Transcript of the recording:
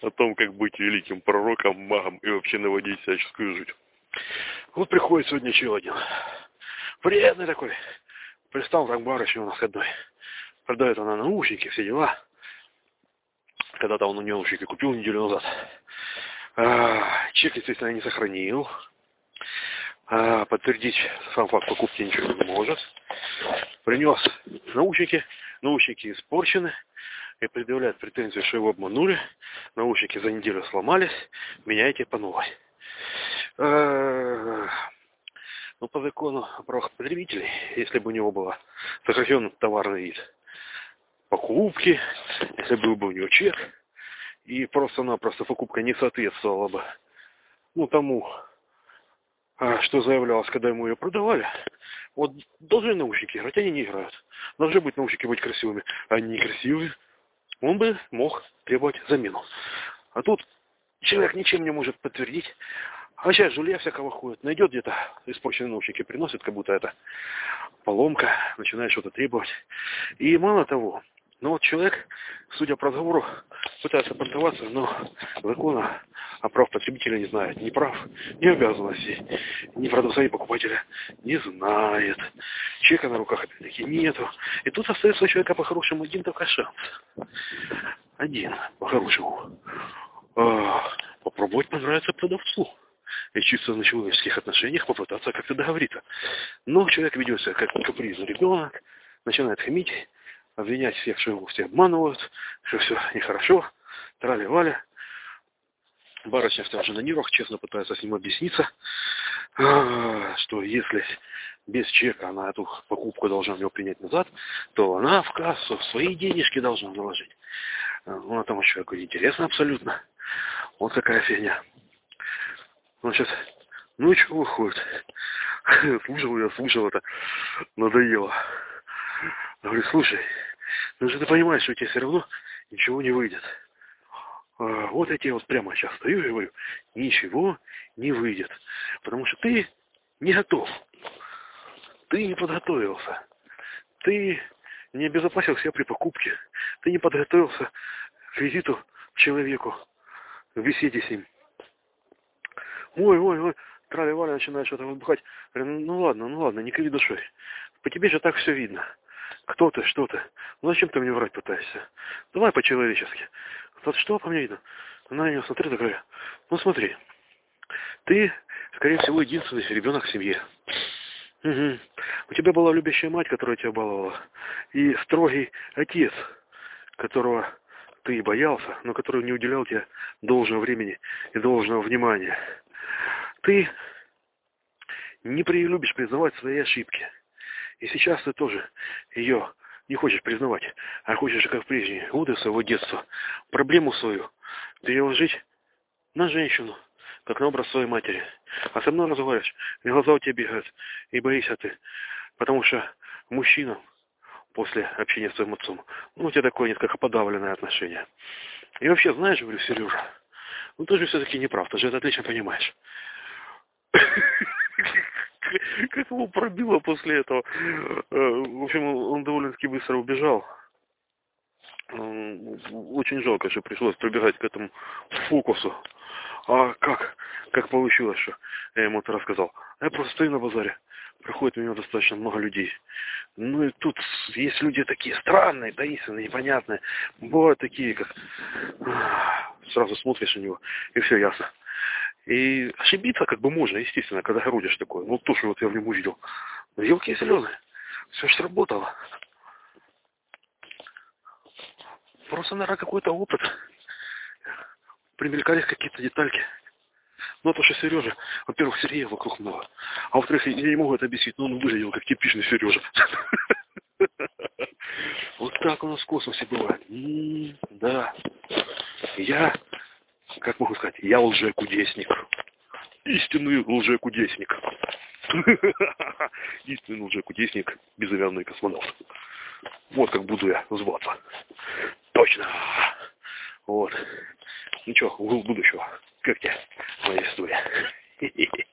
о том, как быть великим пророком, магом и вообще наводить всяческую жуть. Вот приходит сегодня еще один. Приятный такой. Пристал так барышня у нас одной. Продает она наушники, все дела. Когда-то он у нее наушники купил неделю назад. Чек, естественно, не сохранил. Подтвердить сам факт покупки ничего не может. Принес наушники. Наушники испорчены. И предъявляет претензию, что его обманули. Наушники за неделю сломались. Меняйте по новой. Ну, по закону о правах потребителей, если бы у него был сокращенный товарный вид покупки, если был бы у него чек, и просто-напросто покупка не соответствовала бы тому, что заявлялось, когда ему ее продавали, вот должны наушники играть, они не играют. Должны быть наушники быть красивыми, а они некрасивые. Он бы мог требовать замену. А тут человек ничем не может подтвердить. А сейчас жулья всякого ходит. Найдет где-то испорченные наушники, приносит, как будто это поломка, начинает что-то требовать. И мало того, вот человек, судя по разговору, пытается понтоваться, но закона о прав потребителя не знает. Ни прав, ни обязанностей, ни продавца и покупателя не знает. Чека на руках опять-таки нету. И тут остается у человека по-хорошему один только шанс. Один, по-хорошему. Попробовать понравиться продавцу. И чисто на человеческих отношениях попытаться как-то договориться. Но человек ведет себя как капризный ребенок, начинает хамить, обвинять всех, что его все обманывают, что все нехорошо, трали-вали. Барышня вся уже на нервах, честно пытается с ним объясниться, что если без чека она эту покупку должна его принять назад, то она в кассу свои денежки должна заложить. Ну, а тому человеку интересно абсолютно. Вот какая фигня. Он сейчас, и что выходит? Слушал это, надоело. Говорю, слушай, же ты понимаешь, что у тебя все равно ничего не выйдет. Вот я тебе вот прямо сейчас стою и говорю, ничего не выйдет. Потому что ты не готов. Ты не подготовился. Ты не обезопасил себя при покупке. Ты не подготовился к визиту к человеку, к беседе с ним. Ой, трали-вали, начинает что-то выбухать. Говорю, ну ладно, не криви душой. По тебе же так все видно. Кто ты, что ты? Ну зачем ты мне врать пытаешься? Давай по-человечески. Что по мне видно? Она на него смотрит и говорит, смотри, ты, скорее всего, единственный ребенок в семье. Угу. У тебя была любящая мать, которая тебя баловала, и строгий отец, которого ты боялся, но который не уделял тебе должного времени и должного внимания. Ты не любишь признавать свои ошибки. И сейчас ты тоже ее не хочешь признавать, а хочешь, как прежде, годы своего детства, проблему свою переложить на женщину, как на образ своей матери. А со мной разговариваешь, и глаза у тебя бегают, и боишься ты. Потому что мужчина после общения с своим отцом, у тебя такое несколько подавленное отношение. И вообще, знаешь, говорю, Сережа, ты же все-таки не прав, ты же это отлично понимаешь. Как его пробило после этого. В общем, он довольно-таки быстро убежал. Очень жалко, что пришлось прибегать к этому фокусу. А как получилось, что я ему это рассказал? Я просто стою на базаре. Проходит мимо достаточно много людей. Ну и тут есть люди такие странные, таинственные, непонятные. Бывают такие, как... Сразу смотришь на него, и все ясно. И ошибиться как бы можно, естественно, когда городишь такое. То, что вот я в нем увидел. Но елки зеленые. Все же сработало. Просто, наверное, какой-то опыт. Примелькались какие-то детальки. То, что Сережа, во-первых, Сергея вокруг много. А во-вторых, я не могу это объяснить, но он выглядел как типичный Сережа. Вот так у нас в космосе бывает. Да. Я, как могу сказать, я лжекудесник. Истинный лжекудесник. Истинный лжекудесник, безымянный космонавт. Вот как буду я зваться. Точно. Вот. Ну что, угол будущего. Как тебе моя история?